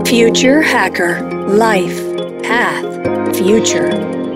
Future Hacker. Life. Path. Future.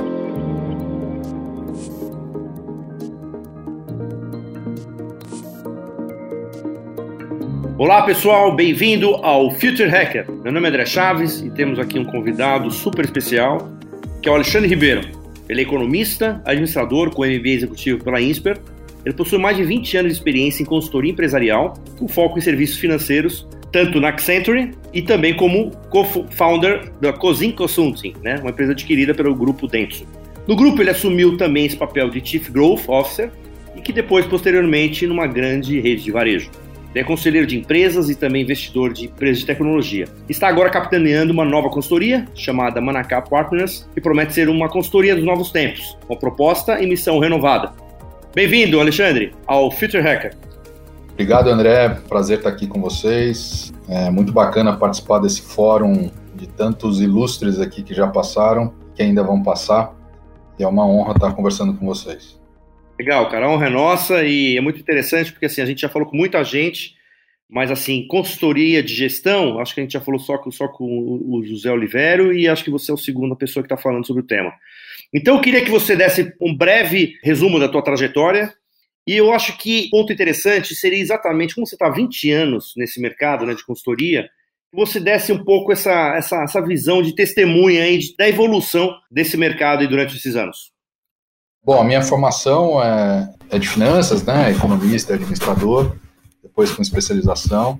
Olá pessoal, bem-vindo ao Future Hacker. Meu nome é André Chaves e temos aqui um convidado super especial, que é o Alexandre Ribeiro. Ele é economista, administrador com MBA executivo pela Insper. Ele possui mais de 20 anos de experiência em consultoria empresarial, com foco em serviços financeiros, tanto na Accenture e também como co-founder da Cosin Consulting, uma empresa adquirida pelo grupo Dentsu. No grupo ele assumiu também esse papel de Chief Growth Officer e que depois, posteriormente, numa grande rede de varejo. Ele é conselheiro de empresas e também investidor de empresas de tecnologia. Está agora capitaneando uma nova consultoria chamada Manacap Partners, que promete ser uma consultoria dos novos tempos, com proposta e missão renovada. Bem-vindo, Alexandre, ao Future Hacker. Obrigado, André. Prazer estar aqui com vocês. É muito bacana participar desse fórum de tantos ilustres aqui que já passaram, que ainda vão passar. E é uma honra estar conversando com vocês. Legal, cara, a honra é nossa e é muito interessante porque assim, a gente já falou com muita gente, mas assim, consultoria de gestão, acho que a gente já falou só com o José Oliveiro e acho que você é a segunda pessoa que está falando sobre o tema. Então eu queria que você desse um breve resumo da tua trajetória e eu acho que ponto interessante seria exatamente como você está há 20 anos nesse mercado de consultoria, que você desse um pouco essa visão de testemunha aí da evolução desse mercado aí durante esses anos. Bom, a minha formação é de finanças, economista, administrador, depois com especialização.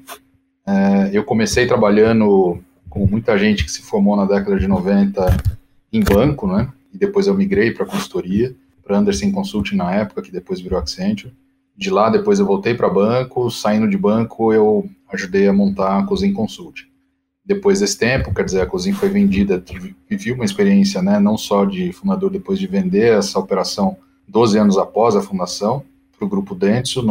Eu comecei trabalhando com muita gente que se formou na década de 90 em banco, e depois eu migrei para consultoria, para Andersen Consulting na época, que depois virou Accenture. De lá, depois eu voltei para banco, saindo de banco, eu ajudei a montar a Cosin Consulting. Depois desse tempo, quer dizer, a Cosin foi vendida, vivi uma experiência, não só de fundador, depois de vender essa operação 12 anos após a fundação, para o grupo Dentsu,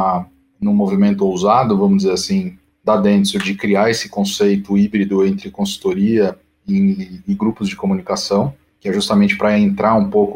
num movimento ousado, vamos dizer assim, da Dentsu, de criar esse conceito híbrido entre consultoria e grupos de comunicação, que é justamente para entrar um pouco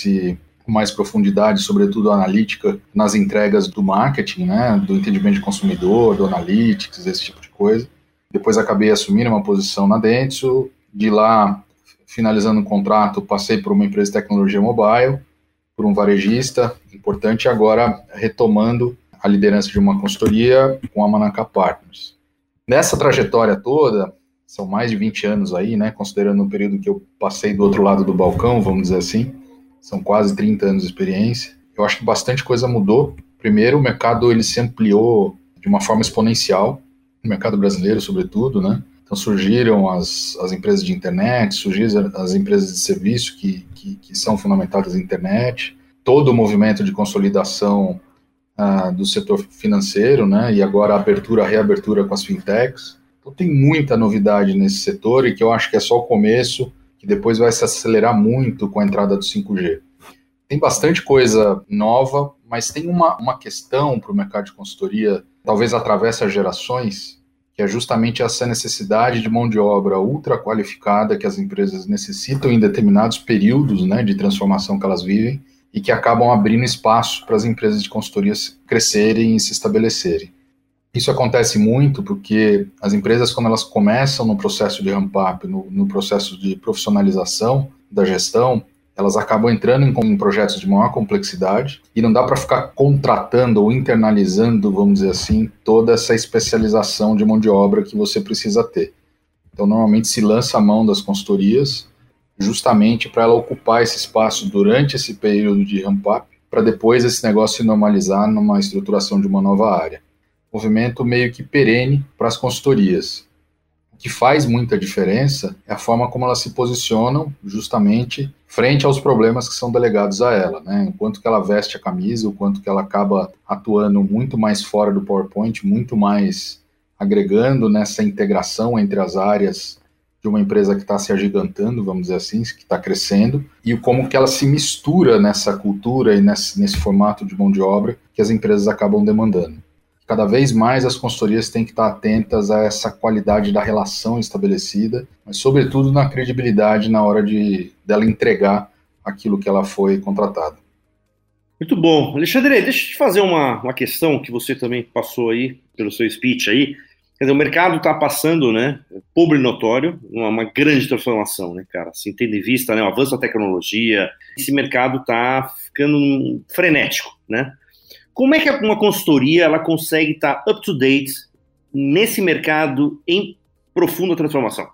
com mais profundidade, sobretudo analítica, nas entregas do marketing, do entendimento de consumidor, do analytics, esse tipo de coisa. Depois acabei assumindo uma posição na Dentsu, de lá, finalizando o contrato, passei por uma empresa de tecnologia mobile, por um varejista importante, e agora retomando a liderança de uma consultoria com a Manacap Partners. Nessa trajetória toda, são mais de 20 anos aí, considerando o período que eu passei do outro lado do balcão, vamos dizer assim, são quase 30 anos de experiência. Eu acho que bastante coisa mudou. Primeiro, o mercado ele se ampliou de uma forma exponencial, no mercado brasileiro, sobretudo, Então surgiram as empresas de internet, surgiram as empresas de serviço que são fundamentadas na internet, todo o movimento de consolidação do setor financeiro, e agora a reabertura com as fintechs. Então tem muita novidade nesse setor e que eu acho que é só o começo, que depois vai se acelerar muito com a entrada do 5G. Tem bastante coisa nova, mas tem uma questão para o mercado de consultoria, talvez atravessa gerações, que é justamente essa necessidade de mão de obra ultra qualificada que as empresas necessitam em determinados períodos de transformação que elas vivem e que acabam abrindo espaço para as empresas de consultoria crescerem e se estabelecerem. Isso acontece muito porque as empresas, quando elas começam no processo de ramp-up, no processo de profissionalização da gestão, elas acabam entrando em projetos de maior complexidade e não dá para ficar contratando ou internalizando, vamos dizer assim, toda essa especialização de mão de obra que você precisa ter. Então, normalmente se lança a mão das consultorias justamente para ela ocupar esse espaço durante esse período de ramp-up, para depois esse negócio se normalizar numa estruturação de uma nova área. Movimento meio que perene para as consultorias. O que faz muita diferença é a forma como elas se posicionam justamente frente aos problemas que são delegados a ela, O quanto que ela veste a camisa, o quanto que ela acaba atuando muito mais fora do PowerPoint, muito mais agregando nessa integração entre as áreas de uma empresa que está se agigantando, vamos dizer assim, que está crescendo, e como que ela se mistura nessa cultura e nesse formato de mão de obra que as empresas acabam demandando. Cada vez mais as consultorias têm que estar atentas a essa qualidade da relação estabelecida, mas sobretudo na credibilidade na hora dela entregar aquilo que ela foi contratada. Muito bom. Alexandre, deixa eu te fazer uma questão que você também passou aí pelo seu speech aí, Quer dizer, o mercado está passando, né, pobre e notório, uma grande transformação, né, cara? Assim, tendo em vista, né, o avanço da tecnologia, esse mercado está ficando frenético, né? Como é que uma consultoria ela consegue estar up to date nesse mercado em profunda transformação?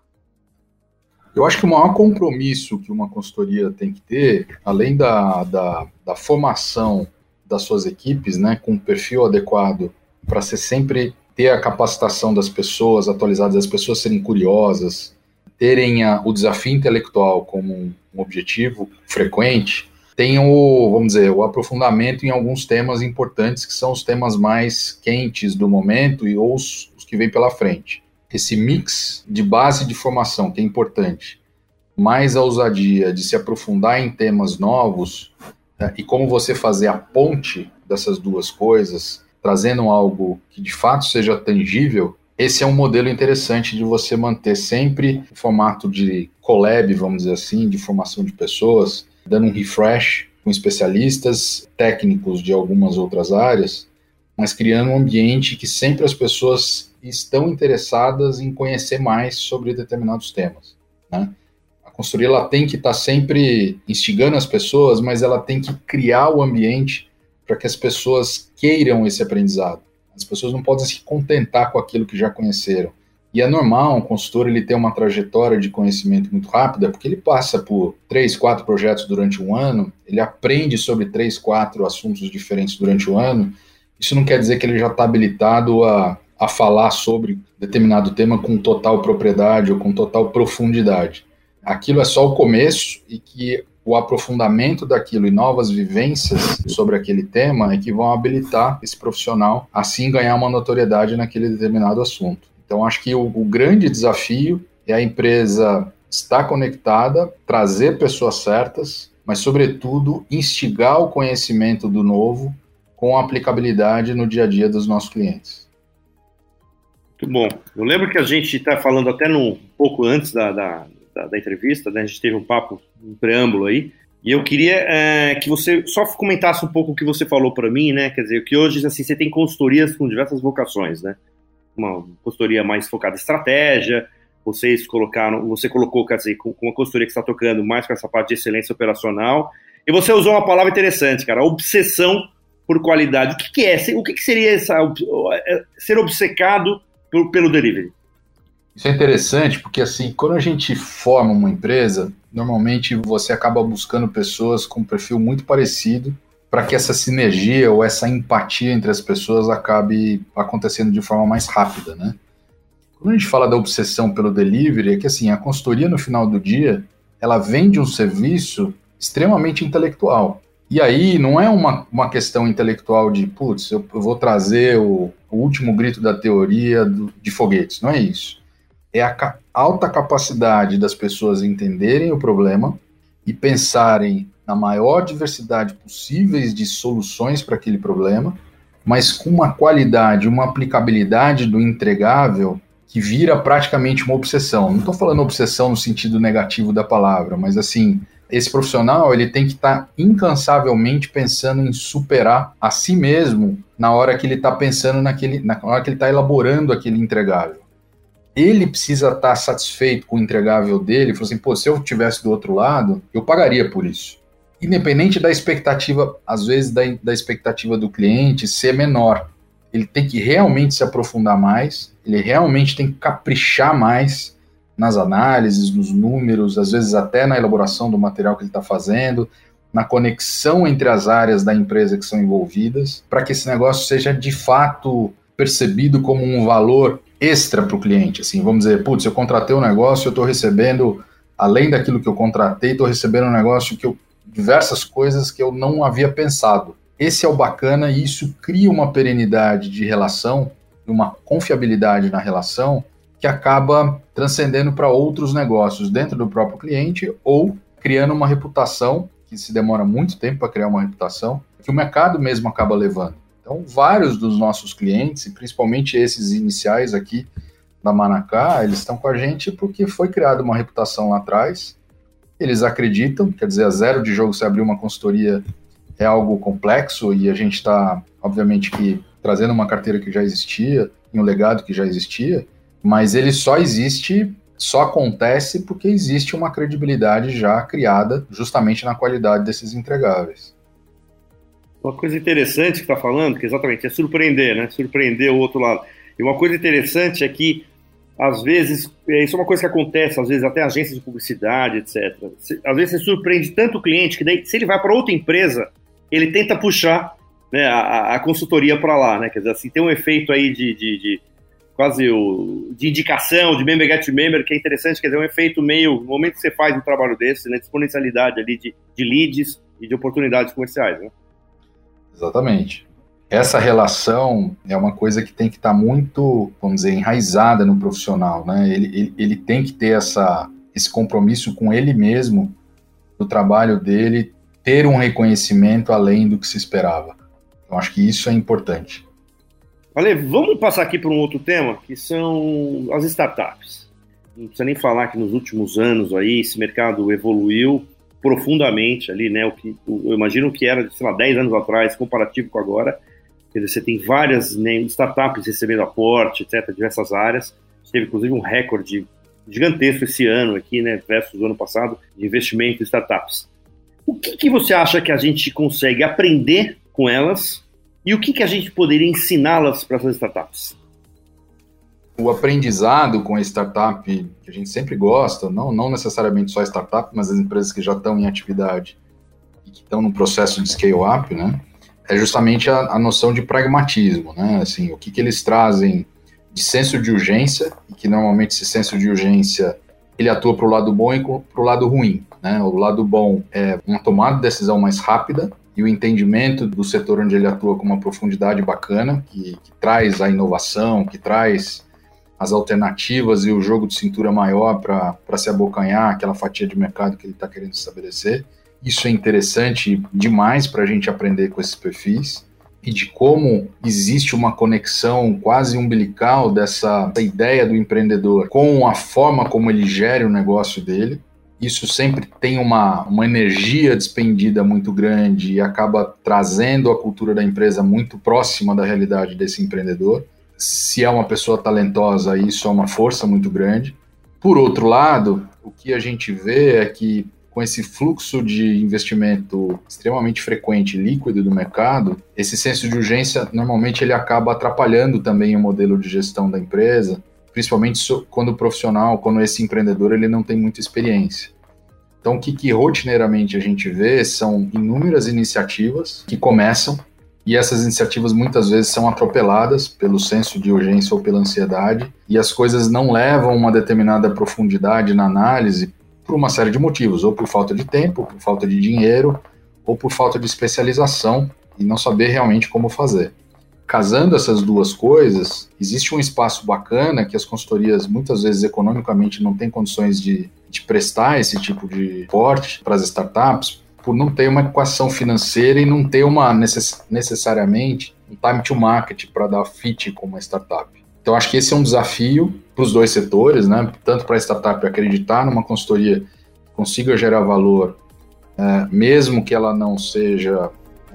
Eu acho que o maior compromisso que uma consultoria tem que ter, além da formação das suas equipes, né, com um perfil adequado para ser sempre ter a capacitação das pessoas atualizadas, as pessoas serem curiosas, terem o desafio intelectual como um objetivo frequente, tem vamos dizer, o aprofundamento em alguns temas importantes, que são os temas mais quentes do momento e ou os que vêm pela frente. Esse mix de base de formação, que é importante, mais a ousadia de se aprofundar em temas novos, né, e como você fazer a ponte dessas duas coisas, trazendo algo que de fato seja tangível, esse é um modelo interessante de você manter sempre o formato de collab, vamos dizer assim, de formação de pessoas, dando um refresh com especialistas técnicos de algumas outras áreas, mas criando um ambiente que sempre as pessoas estão interessadas em conhecer mais sobre determinados temas, né? A consultoria ela tem que estar sempre instigando as pessoas, mas ela tem que criar o ambiente para que as pessoas queiram esse aprendizado. As pessoas não podem se contentar com aquilo que já conheceram. E é normal um consultor ele ter uma trajetória de conhecimento muito rápida, porque ele passa por 3, 4 projetos durante um ano, ele aprende sobre 3, 4 assuntos diferentes durante o ano. Isso não quer dizer que ele já está habilitado a falar sobre determinado tema com total propriedade ou com total profundidade. Aquilo é só o começo e que o aprofundamento daquilo e novas vivências sobre aquele tema é que vão habilitar esse profissional a assim ganhar uma notoriedade naquele determinado assunto. Então, acho que o grande desafio é a empresa estar conectada, trazer pessoas certas, mas, sobretudo, instigar o conhecimento do novo com aplicabilidade no dia a dia dos nossos clientes. Muito bom. Eu lembro que a gente está falando até um pouco antes da entrevista, né? A gente teve um papo, um preâmbulo aí, e eu queria que você só comentasse um pouco o que você falou para mim, né? Quer dizer, que hoje assim, você tem consultorias com diversas vocações, né? Uma consultoria mais focada em estratégia, você colocou, quer dizer, com uma consultoria que está tocando mais com essa parte de excelência operacional, e você usou uma palavra interessante, cara, obsessão por qualidade. O que é? O que seria ser obcecado pelo delivery? Isso é interessante porque, assim, quando a gente forma uma empresa, normalmente você acaba buscando pessoas com um perfil muito parecido para que essa sinergia ou essa empatia entre as pessoas acabe acontecendo de forma mais rápida, né? Quando a gente fala da obsessão pelo delivery, é que, assim, a consultoria, no final do dia, ela vende um serviço extremamente intelectual. E aí não é uma questão intelectual de, putz, eu vou trazer o último grito da teoria de foguetes, não é isso. É a alta capacidade das pessoas entenderem o problema e pensarem na maior diversidade possíveis de soluções para aquele problema, mas com uma qualidade, uma aplicabilidade do entregável que vira praticamente uma obsessão. Não estou falando obsessão no sentido negativo da palavra, mas assim, esse profissional ele tem que estar incansavelmente pensando em superar a si mesmo na hora que ele está pensando na hora que ele está elaborando aquele entregável. Ele precisa estar satisfeito com o entregável dele, falou assim, pô, se eu estivesse do outro lado, eu pagaria por isso. Independente da expectativa, às vezes da expectativa do cliente ser menor. Ele tem que realmente se aprofundar mais, ele realmente tem que caprichar mais nas análises, nos números, às vezes até na elaboração do material que ele está fazendo, na conexão entre as áreas da empresa que são envolvidas, para que esse negócio seja de fato percebido como um valor extra para o cliente, assim, vamos dizer, putz, eu contratei um negócio, eu estou recebendo, além daquilo que eu contratei, estou recebendo um negócio diversas coisas que eu não havia pensado. Esse é o bacana e isso cria uma perenidade de relação, uma confiabilidade na relação que acaba transcendendo para outros negócios dentro do próprio cliente ou criando uma reputação, que se demora muito tempo para criar uma reputação, que o mercado mesmo acaba levando. Então, vários dos nossos clientes, e principalmente esses iniciais aqui da Manacá, eles estão com a gente porque foi criada uma reputação lá atrás, eles acreditam, quer dizer, a zero de jogo se abrir uma consultoria é algo complexo e a gente está, obviamente, que trazendo uma carteira que já existia, um legado que já existia, mas ele só acontece porque existe uma credibilidade já criada justamente na qualidade desses entregáveis. Uma coisa interessante que está falando, que exatamente é surpreender, né? Surpreender o outro lado. E uma coisa interessante é que, às vezes, isso é uma coisa que acontece, às vezes até agências de publicidade, etc. Às vezes você surpreende tanto o cliente que daí, se ele vai para outra empresa, ele tenta puxar, né, a consultoria para lá, né? Quer dizer, assim, tem um efeito aí de quase de indicação, de member get member, que é interessante, quer dizer, um efeito meio, no momento que você faz um trabalho desse, né, de exponencialidade ali de leads e de oportunidades comerciais, né? Exatamente. Essa relação é uma coisa que tem que estar muito, vamos dizer, enraizada no profissional, né? Ele tem que ter esse compromisso com ele mesmo, do trabalho dele, ter um reconhecimento além do que se esperava. Então, acho que isso é importante. Ale, vamos passar aqui para um outro tema, que são as startups. Não precisa nem falar que nos últimos anos aí, esse mercado evoluiu profundamente ali, né? Eu imagino que era, sei lá, 10 anos atrás, comparativo com agora. Quer dizer, você tem várias, né, startups recebendo aporte, etc., diversas áreas. Teve, inclusive, um recorde gigantesco esse ano aqui, né, versus o ano passado, de investimento em startups. O que você acha que a gente consegue aprender com elas e o que a gente poderia ensiná-las para essas startups? O aprendizado com a startup, que a gente sempre gosta, não necessariamente só a startup, mas as empresas que já estão em atividade e que estão no processo de scale-up, né, é justamente a noção de pragmatismo, né, assim, o que eles trazem de senso de urgência, e que normalmente esse senso de urgência, ele atua para o lado bom e para o lado ruim, né, o lado bom é uma tomada de decisão mais rápida, e o entendimento do setor onde ele atua com uma profundidade bacana, que traz a inovação, que traz as alternativas e o jogo de cintura maior para se abocanhar aquela fatia de mercado que ele está querendo estabelecer. Isso é interessante demais para a gente aprender com esses perfis e de como existe uma conexão quase umbilical dessa ideia do empreendedor com a forma como ele gere o negócio dele. Isso sempre tem uma energia despendida muito grande e acaba trazendo a cultura da empresa muito próxima da realidade desse empreendedor. Se é uma pessoa talentosa, isso é uma força muito grande. Por outro lado, o que a gente vê é que com esse fluxo de investimento extremamente frequente e líquido do mercado, esse senso de urgência, normalmente ele acaba atrapalhando também o modelo de gestão da empresa, principalmente quando o profissional, quando esse empreendedor, ele não tem muita experiência. Então, o que rotineiramente a gente vê são inúmeras iniciativas que começam, e essas iniciativas muitas vezes são atropeladas pelo senso de urgência ou pela ansiedade, e as coisas não levam uma determinada profundidade na análise por uma série de motivos, ou por falta de tempo, ou por falta de dinheiro, ou por falta de especialização, e não saber realmente como fazer. Casando essas duas coisas, existe um espaço bacana que as consultorias, muitas vezes economicamente, não têm condições de prestar esse tipo de aporte para as startups, por não ter uma equação financeira e não ter necessariamente um time to market para dar fit com uma startup. Então, acho que esse é um desafio para os dois setores, né? Tanto para a startup acreditar numa consultoria que consiga gerar valor, mesmo que ela não seja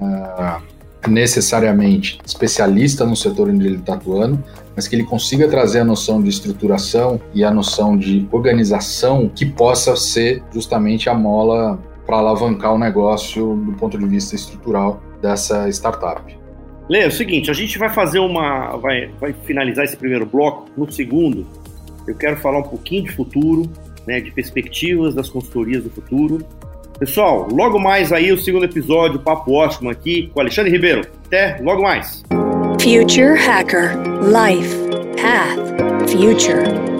necessariamente especialista no setor onde ele está atuando, mas que ele consiga trazer a noção de estruturação e a noção de organização que possa ser justamente a mola para alavancar o negócio do ponto de vista estrutural dessa startup. Lê, é o seguinte, a gente vai fazer vai finalizar esse primeiro bloco. No segundo, eu quero falar um pouquinho de futuro, né, de perspectivas das consultorias do futuro. Pessoal, logo mais aí o segundo episódio, Papo Ótimo aqui com Alexandre Ribeiro. Até logo mais. Future Hacker. Life. Path. Future.